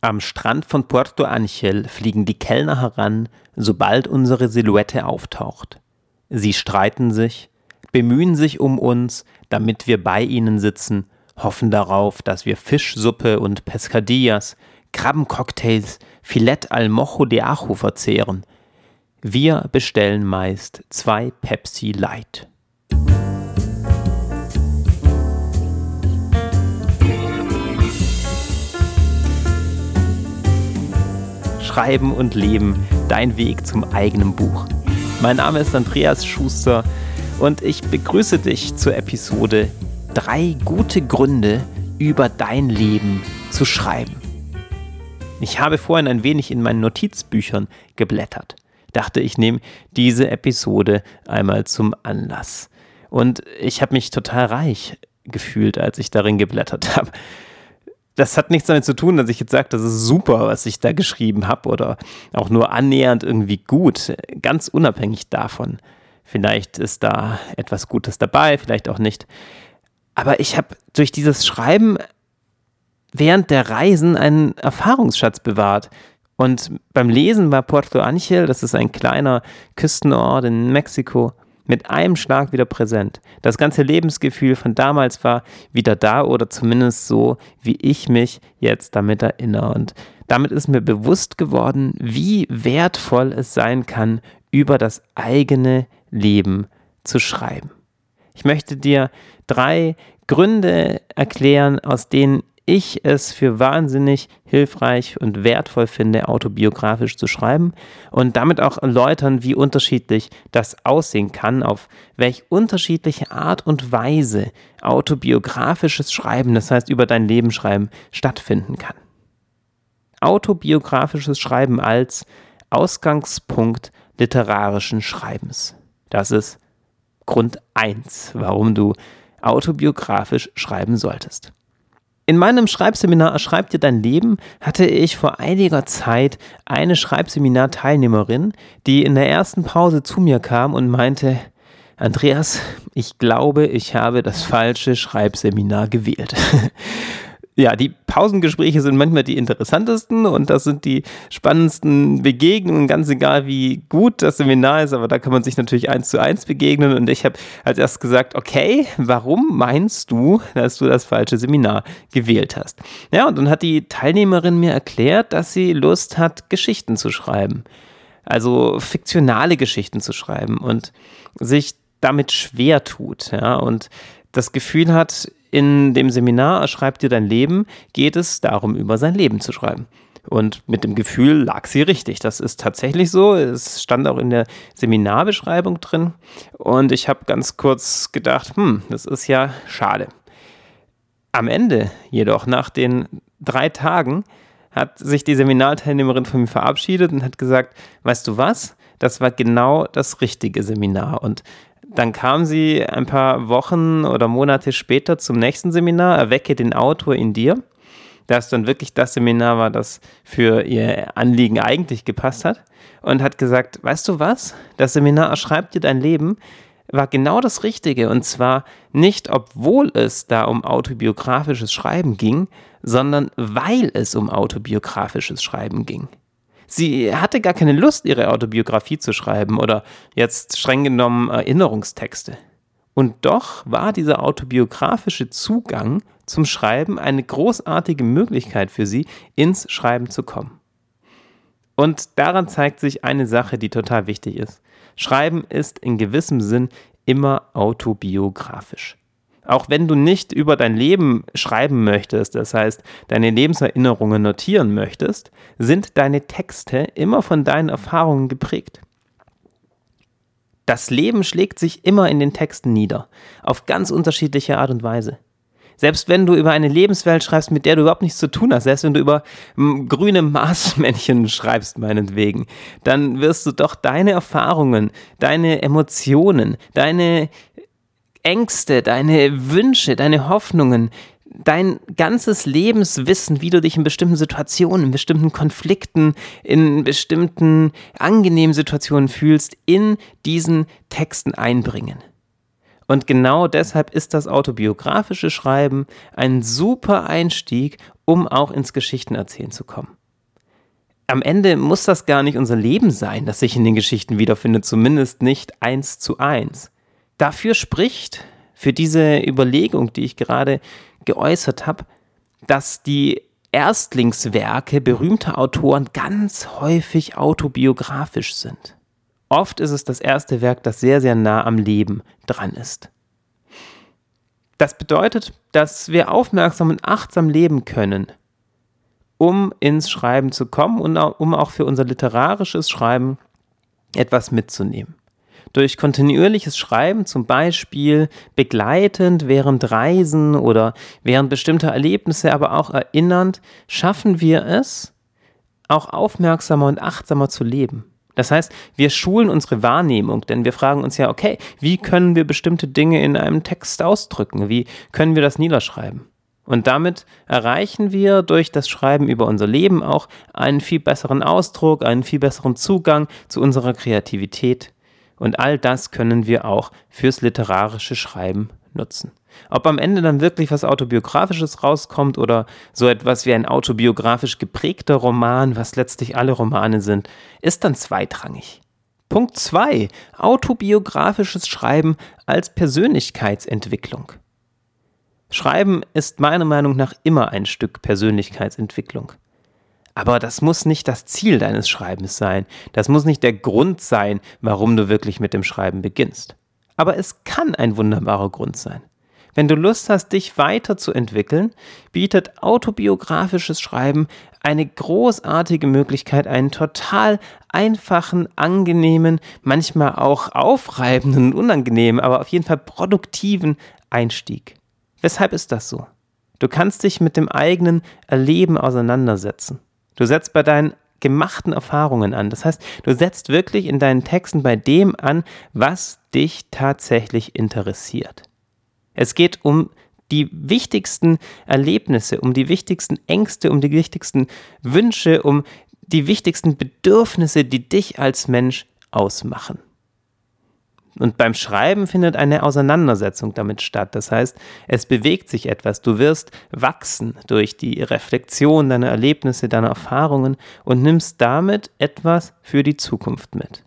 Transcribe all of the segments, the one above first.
Am Strand von Puerto Angel fliegen die Kellner heran, sobald unsere Silhouette auftaucht. Sie streiten sich, bemühen sich um uns, damit wir bei ihnen sitzen, hoffen darauf, dass wir Fischsuppe und Pescadillas, Krabbencocktails, Filet al Mojo de Ajo verzehren. Wir bestellen meist 2 Pepsi Light. Schreiben und Leben, dein Weg zum eigenen Buch. Mein Name ist Andreas Schuster und ich begrüße dich zur Episode 3 gute Gründe, über dein Leben zu schreiben. Ich habe vorhin ein wenig in meinen Notizbüchern geblättert. Dachte, ich nehme diese Episode einmal zum Anlass. Und ich habe mich total reich gefühlt, als ich darin geblättert habe. Das hat nichts damit zu tun, dass ich jetzt sage, das ist super, was ich da geschrieben habe oder auch nur annähernd irgendwie gut. Ganz unabhängig davon. Vielleicht ist da etwas Gutes dabei, vielleicht auch nicht. Aber ich habe durch dieses Schreiben während der Reisen einen Erfahrungsschatz bewahrt. Und beim Lesen war Puerto Angel, das ist ein kleiner Küstenort in Mexiko, mit einem Schlag wieder präsent. Das ganze Lebensgefühl von damals war wieder da oder zumindest so, wie ich mich jetzt damit erinnere. Und damit ist mir bewusst geworden, wie wertvoll es sein kann, über das eigene Leben zu schreiben. Ich möchte dir 3 Gründe erklären, aus denen ich es für wahnsinnig hilfreich und wertvoll finde, autobiografisch zu schreiben und damit auch erläutern, wie unterschiedlich das aussehen kann, auf welch unterschiedliche Art und Weise autobiografisches Schreiben, das heißt über dein Leben schreiben, stattfinden kann. Autobiografisches Schreiben als Ausgangspunkt literarischen Schreibens. Das ist Grund 1, warum du autobiografisch schreiben solltest. In meinem Schreibseminar Erschreib dir dein Leben hatte ich vor einiger Zeit eine Schreibseminarteilnehmerin, die in der ersten Pause zu mir kam und meinte, Andreas, ich glaube, ich habe das falsche Schreibseminar gewählt. Ja, die Pausengespräche sind manchmal die interessantesten und das sind die spannendsten Begegnungen, ganz egal wie gut das Seminar ist, aber da kann man sich natürlich 1:1 begegnen und ich habe als erstes gesagt, okay, warum meinst du, dass du das falsche Seminar gewählt hast? Ja, und dann hat die Teilnehmerin mir erklärt, dass sie Lust hat, Geschichten zu schreiben, also fiktionale Geschichten zu schreiben und sich damit schwer tut, ja, und das Gefühl hat, in dem Seminar Erschreib dir dein Leben geht es darum, über sein Leben zu schreiben. Und mit dem Gefühl lag sie richtig. Das ist tatsächlich so. Es stand auch in der Seminarbeschreibung drin. Und ich habe ganz kurz gedacht, das ist ja schade. Am Ende jedoch, nach den 3 Tagen, hat sich die Seminarteilnehmerin von mir verabschiedet und hat gesagt, weißt du was? Das war genau das richtige Seminar. Und dann kam sie ein paar Wochen oder Monate später zum nächsten Seminar, Erwecke den Autor in dir, das dann wirklich das Seminar war, das für ihr Anliegen eigentlich gepasst hat und hat gesagt, weißt du was, das Seminar Erschreib dir dein Leben war genau das Richtige und zwar nicht, obwohl es da um autobiografisches Schreiben ging, sondern weil es um autobiografisches Schreiben ging. Sie hatte gar keine Lust, ihre Autobiografie zu schreiben oder jetzt streng genommen Erinnerungstexte. Und doch war dieser autobiografische Zugang zum Schreiben eine großartige Möglichkeit für sie, ins Schreiben zu kommen. Und daran zeigt sich eine Sache, die total wichtig ist. Schreiben ist in gewissem Sinn immer autobiografisch. Auch wenn du nicht über dein Leben schreiben möchtest, das heißt, deine Lebenserinnerungen notieren möchtest, sind deine Texte immer von deinen Erfahrungen geprägt. Das Leben schlägt sich immer in den Texten nieder, auf ganz unterschiedliche Art und Weise. Selbst wenn du über eine Lebenswelt schreibst, mit der du überhaupt nichts zu tun hast, selbst wenn du über grüne Marsmännchen schreibst, meinetwegen, dann wirst du doch deine Erfahrungen, deine Emotionen, deine Ängste, deine Wünsche, deine Hoffnungen, dein ganzes Lebenswissen, wie du dich in bestimmten Situationen, in bestimmten Konflikten, in bestimmten angenehmen Situationen fühlst, in diesen Texten einbringen. Und genau deshalb ist das autobiografische Schreiben ein super Einstieg, um auch ins Geschichtenerzählen zu kommen. Am Ende muss das gar nicht unser Leben sein, das sich in den Geschichten wiederfindet, zumindest nicht 1:1. Dafür spricht, für diese Überlegung, die ich gerade geäußert habe, dass die Erstlingswerke berühmter Autoren ganz häufig autobiografisch sind. Oft ist es das erste Werk, das sehr, sehr nah am Leben dran ist. Das bedeutet, dass wir aufmerksam und achtsam leben können, um ins Schreiben zu kommen und um auch für unser literarisches Schreiben etwas mitzunehmen. Durch kontinuierliches Schreiben, zum Beispiel begleitend während Reisen oder während bestimmter Erlebnisse, aber auch erinnernd, schaffen wir es, auch aufmerksamer und achtsamer zu leben. Das heißt, wir schulen unsere Wahrnehmung, denn wir fragen uns ja, okay, wie können wir bestimmte Dinge in einem Text ausdrücken? Wie können wir das niederschreiben? Und damit erreichen wir durch das Schreiben über unser Leben auch einen viel besseren Ausdruck, einen viel besseren Zugang zu unserer Kreativität. Und all das können wir auch fürs literarische Schreiben nutzen. Ob am Ende dann wirklich was Autobiografisches rauskommt oder so etwas wie ein autobiografisch geprägter Roman, was letztlich alle Romane sind, ist dann zweitrangig. Punkt 2. Autobiografisches Schreiben als Persönlichkeitsentwicklung. Schreiben ist meiner Meinung nach immer ein Stück Persönlichkeitsentwicklung. Aber das muss nicht das Ziel deines Schreibens sein. Das muss nicht der Grund sein, warum du wirklich mit dem Schreiben beginnst. Aber es kann ein wunderbarer Grund sein. Wenn du Lust hast, dich weiterzuentwickeln, bietet autobiografisches Schreiben eine großartige Möglichkeit, einen total einfachen, angenehmen, manchmal auch aufreibenden und unangenehmen, aber auf jeden Fall produktiven Einstieg. Weshalb ist das so? Du kannst dich mit dem eigenen Erleben auseinandersetzen. Du setzt bei deinen gemachten Erfahrungen an. Das heißt, du setzt wirklich in deinen Texten bei dem an, was dich tatsächlich interessiert. Es geht um die wichtigsten Erlebnisse, um die wichtigsten Ängste, um die wichtigsten Wünsche, um die wichtigsten Bedürfnisse, die dich als Mensch ausmachen. Und beim Schreiben findet eine Auseinandersetzung damit statt. Das heißt, es bewegt sich etwas. Du wirst wachsen durch die Reflexion deiner Erlebnisse, deiner Erfahrungen und nimmst damit etwas für die Zukunft mit.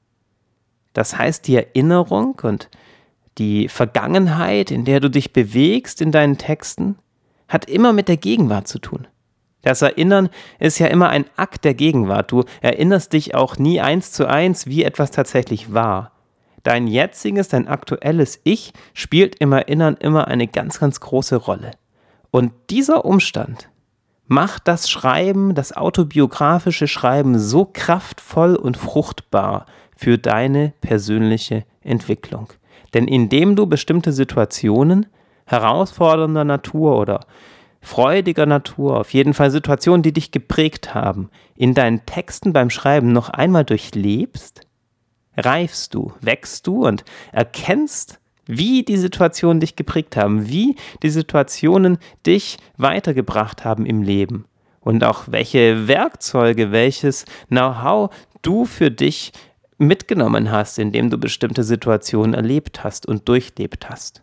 Das heißt, die Erinnerung und die Vergangenheit, in der du dich bewegst in deinen Texten, hat immer mit der Gegenwart zu tun. Das Erinnern ist ja immer ein Akt der Gegenwart. Du erinnerst dich auch nie 1:1, wie etwas tatsächlich war. Dein jetziges, dein aktuelles Ich spielt im Erinnern immer eine ganz, ganz große Rolle. Und dieser Umstand macht das Schreiben, das autobiografische Schreiben so kraftvoll und fruchtbar für deine persönliche Entwicklung. Denn indem du bestimmte Situationen herausfordernder Natur oder freudiger Natur, auf jeden Fall Situationen, die dich geprägt haben, in deinen Texten beim Schreiben noch einmal durchlebst, reifst du, wächst du und erkennst, wie die Situationen dich geprägt haben, wie die Situationen dich weitergebracht haben im Leben und auch welche Werkzeuge, welches Know-how du für dich mitgenommen hast, indem du bestimmte Situationen erlebt hast und durchlebt hast.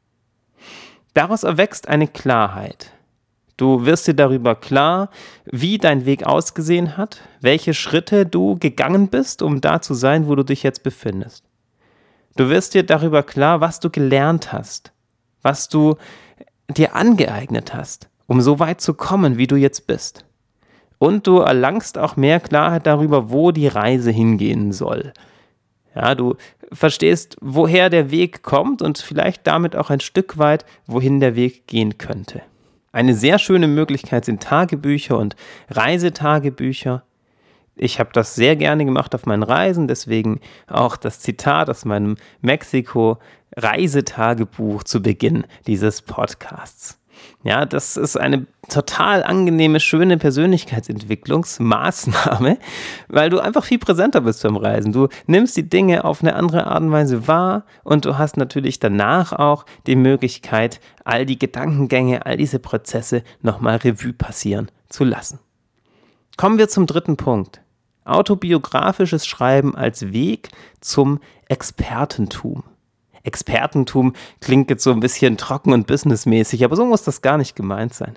Daraus erwächst eine Klarheit. Du wirst dir darüber klar, wie dein Weg ausgesehen hat, welche Schritte du gegangen bist, um da zu sein, wo du dich jetzt befindest. Du wirst dir darüber klar, was du gelernt hast, was du dir angeeignet hast, um so weit zu kommen, wie du jetzt bist. Und du erlangst auch mehr Klarheit darüber, wo die Reise hingehen soll. Ja, du verstehst, woher der Weg kommt und vielleicht damit auch ein Stück weit, wohin der Weg gehen könnte. Eine sehr schöne Möglichkeit sind Tagebücher und Reisetagebücher. Ich habe das sehr gerne gemacht auf meinen Reisen, deswegen auch das Zitat aus meinem Mexiko-Reisetagebuch zu Beginn dieses Podcasts. Ja, das ist eine total angenehme, schöne Persönlichkeitsentwicklungsmaßnahme, weil du einfach viel präsenter bist beim Reisen. Du nimmst die Dinge auf eine andere Art und Weise wahr und du hast natürlich danach auch die Möglichkeit, all die Gedankengänge, all diese Prozesse nochmal Revue passieren zu lassen. Kommen wir zum dritten Punkt. Autobiografisches Schreiben als Weg zum Expertentum. Expertentum klingt jetzt so ein bisschen trocken und businessmäßig, aber so muss das gar nicht gemeint sein.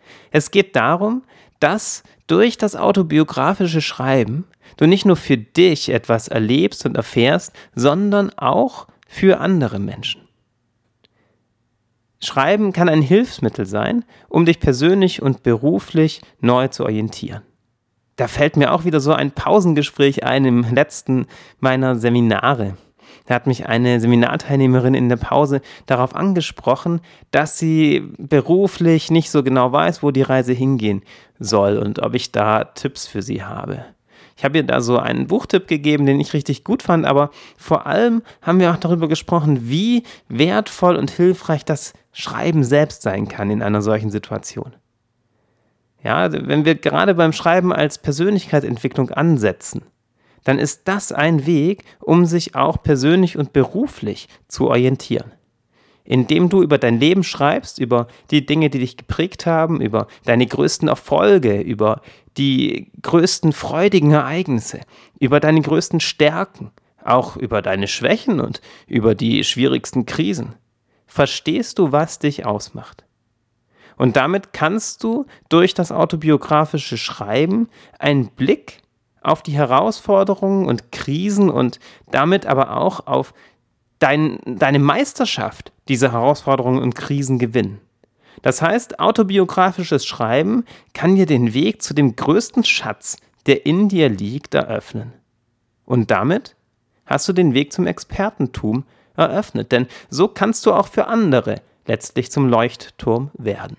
Es geht darum, dass durch das autobiografische Schreiben du nicht nur für dich etwas erlebst und erfährst, sondern auch für andere Menschen. Schreiben kann ein Hilfsmittel sein, um dich persönlich und beruflich neu zu orientieren. Da fällt mir auch wieder so ein Pausengespräch ein im letzten meiner Seminare. Da hat mich eine Seminarteilnehmerin in der Pause darauf angesprochen, dass sie beruflich nicht so genau weiß, wo die Reise hingehen soll und ob ich da Tipps für sie habe. Ich habe ihr da so einen Buchtipp gegeben, den ich richtig gut fand, aber vor allem haben wir auch darüber gesprochen, wie wertvoll und hilfreich das Schreiben selbst sein kann in einer solchen Situation. Ja, wenn wir gerade beim Schreiben als Persönlichkeitsentwicklung ansetzen, dann ist das ein Weg, um sich auch persönlich und beruflich zu orientieren. Indem du über dein Leben schreibst, über die Dinge, die dich geprägt haben, über deine größten Erfolge, über die größten freudigen Ereignisse, über deine größten Stärken, auch über deine Schwächen und über die schwierigsten Krisen, verstehst du, was dich ausmacht. Und damit kannst du durch das autobiografische Schreiben einen Blick auf die Herausforderungen und Krisen und damit aber auch auf deine Meisterschaft dieser Herausforderungen und Krisen gewinnen. Das heißt, autobiografisches Schreiben kann dir den Weg zu dem größten Schatz, der in dir liegt, eröffnen. Und damit hast du den Weg zum Expertentum eröffnet, denn so kannst du auch für andere letztlich zum Leuchtturm werden.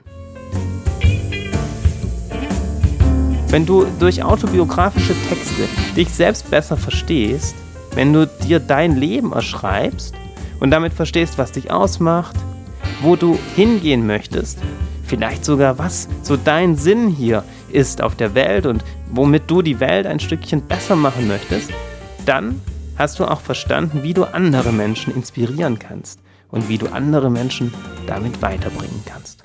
Wenn du durch autobiografische Texte dich selbst besser verstehst, wenn du dir dein Leben erschreibst und damit verstehst, was dich ausmacht, wo du hingehen möchtest, vielleicht sogar, was so dein Sinn hier ist auf der Welt und womit du die Welt ein Stückchen besser machen möchtest, dann hast du auch verstanden, wie du andere Menschen inspirieren kannst und wie du andere Menschen damit weiterbringen kannst.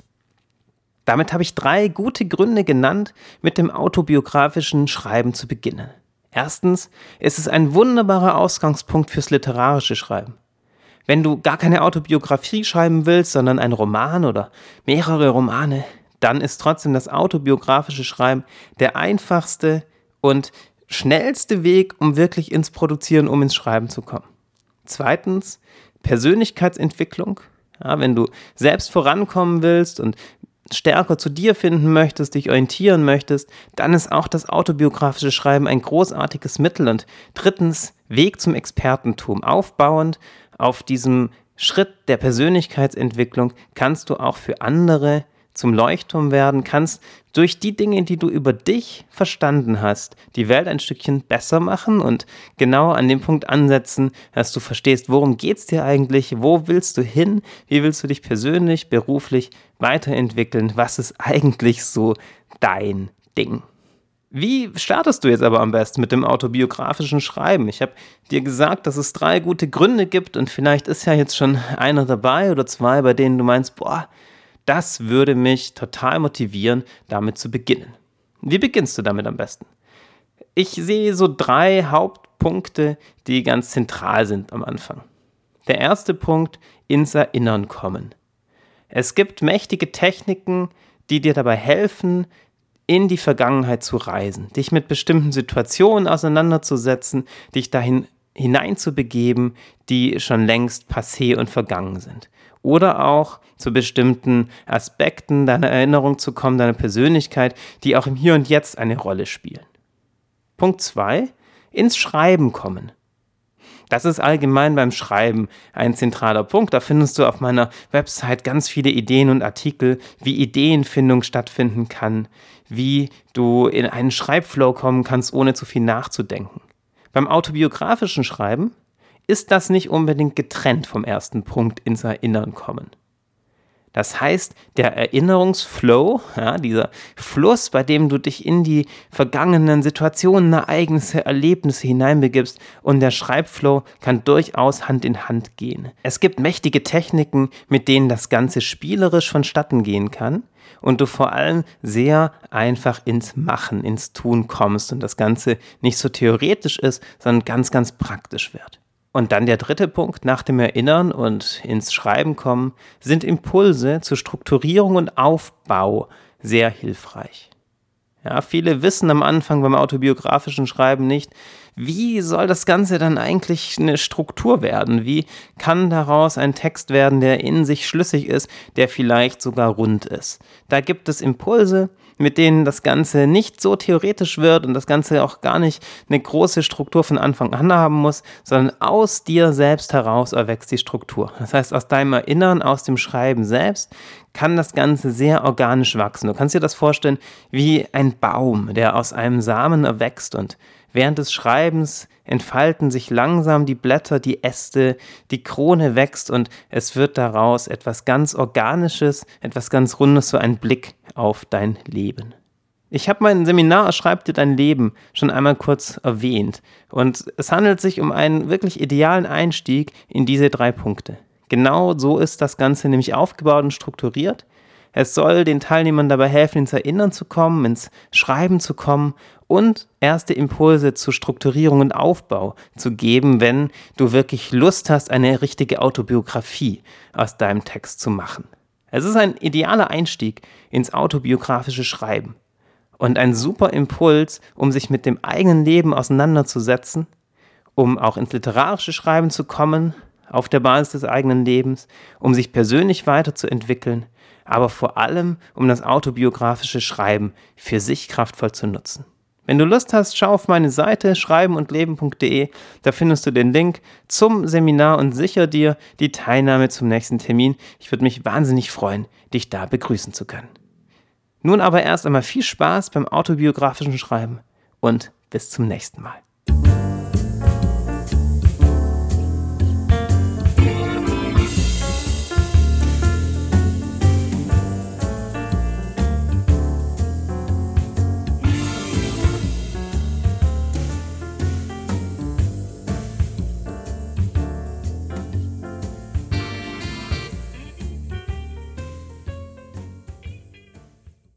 Damit habe ich 3 gute Gründe genannt, mit dem autobiografischen Schreiben zu beginnen. Erstens, es ist ein wunderbarer Ausgangspunkt fürs literarische Schreiben. Wenn du gar keine Autobiografie schreiben willst, sondern einen Roman oder mehrere Romane, dann ist trotzdem das autobiografische Schreiben der einfachste und schnellste Weg, um wirklich ins Produzieren, um ins Schreiben zu kommen. Zweitens, Persönlichkeitsentwicklung. Ja, wenn du selbst vorankommen willst und stärker zu dir finden möchtest, dich orientieren möchtest, dann ist auch das autobiografische Schreiben ein großartiges Mittel. Und drittens, Weg zum Expertentum. Aufbauend auf diesem Schritt der Persönlichkeitsentwicklung kannst du auch für andere zum Leuchtturm werden, kannst durch die Dinge, die du über dich verstanden hast, die Welt ein Stückchen besser machen und genau an dem Punkt ansetzen, dass du verstehst, worum geht es dir eigentlich, wo willst du hin, wie willst du dich persönlich, beruflich weiterentwickeln, was ist eigentlich so dein Ding. Wie startest du jetzt aber am besten mit dem autobiografischen Schreiben? Ich habe dir gesagt, dass es 3 gute Gründe gibt und vielleicht ist ja jetzt schon einer dabei oder 2, bei denen du meinst, boah, das würde mich total motivieren, damit zu beginnen. Wie beginnst du damit am besten? Ich sehe so 3 Hauptpunkte, die ganz zentral sind am Anfang. Der erste Punkt, ins Erinnern kommen. Es gibt mächtige Techniken, die dir dabei helfen, in die Vergangenheit zu reisen, dich mit bestimmten Situationen auseinanderzusetzen, dich dahin hineinzubegeben, die schon längst passé und vergangen sind. Oder auch zu bestimmten Aspekten deiner Erinnerung zu kommen, deiner Persönlichkeit, die auch im Hier und Jetzt eine Rolle spielen. Punkt 2, ins Schreiben kommen. Das ist allgemein beim Schreiben ein zentraler Punkt. Da findest du auf meiner Website ganz viele Ideen und Artikel, wie Ideenfindung stattfinden kann, wie du in einen Schreibflow kommen kannst, ohne zu viel nachzudenken. Beim autobiografischen Schreiben ist das nicht unbedingt getrennt vom ersten Punkt, ins Erinnern kommen. Das heißt, der Erinnerungsflow, ja, dieser Fluss, bei dem du dich in die vergangenen Situationen, Ereignisse, Erlebnisse hineinbegibst und der Schreibflow kann durchaus Hand in Hand gehen. Es gibt mächtige Techniken, mit denen das Ganze spielerisch vonstatten gehen kann und du vor allem sehr einfach ins Machen, ins Tun kommst und das Ganze nicht so theoretisch ist, sondern ganz, ganz praktisch wird. Und dann der dritte Punkt, nach dem Erinnern und ins Schreiben kommen, sind Impulse zur Strukturierung und Aufbau sehr hilfreich. Ja, viele wissen am Anfang beim autobiografischen Schreiben nicht, wie soll das Ganze dann eigentlich eine Struktur werden? Wie kann daraus ein Text werden, der in sich schlüssig ist, der vielleicht sogar rund ist? Da gibt es Impulse, mit denen das Ganze nicht so theoretisch wird und das Ganze auch gar nicht eine große Struktur von Anfang an haben muss, sondern aus dir selbst heraus erwächst die Struktur. Das heißt, aus deinem Erinnern, aus dem Schreiben selbst kann das Ganze sehr organisch wachsen. Du kannst dir das vorstellen wie ein Baum, der aus einem Samen erwächst, und während des Schreibens entfalten sich langsam die Blätter, die Äste, die Krone wächst und es wird daraus etwas ganz Organisches, etwas ganz Rundes, so ein Blick auf dein Leben. Ich habe mein Seminar Schreib dir dein Leben schon einmal kurz erwähnt und es handelt sich um einen wirklich idealen Einstieg in diese 3 Punkte. Genau so ist das Ganze nämlich aufgebaut und strukturiert. Es soll den Teilnehmern dabei helfen, ins Erinnern zu kommen, ins Schreiben zu kommen und erste Impulse zu Strukturierung und Aufbau zu geben, wenn du wirklich Lust hast, eine richtige Autobiografie aus deinem Text zu machen. Es ist ein idealer Einstieg ins autobiografische Schreiben und ein super Impuls, um sich mit dem eigenen Leben auseinanderzusetzen, um auch ins literarische Schreiben zu kommen, auf der Basis des eigenen Lebens, um sich persönlich weiterzuentwickeln, aber vor allem, um das autobiografische Schreiben für sich kraftvoll zu nutzen. Wenn du Lust hast, schau auf meine Seite schreibenundleben.de, da findest du den Link zum Seminar und sicher dir die Teilnahme zum nächsten Termin. Ich würde mich wahnsinnig freuen, dich da begrüßen zu können. Nun aber erst einmal viel Spaß beim autobiografischen Schreiben und bis zum nächsten Mal.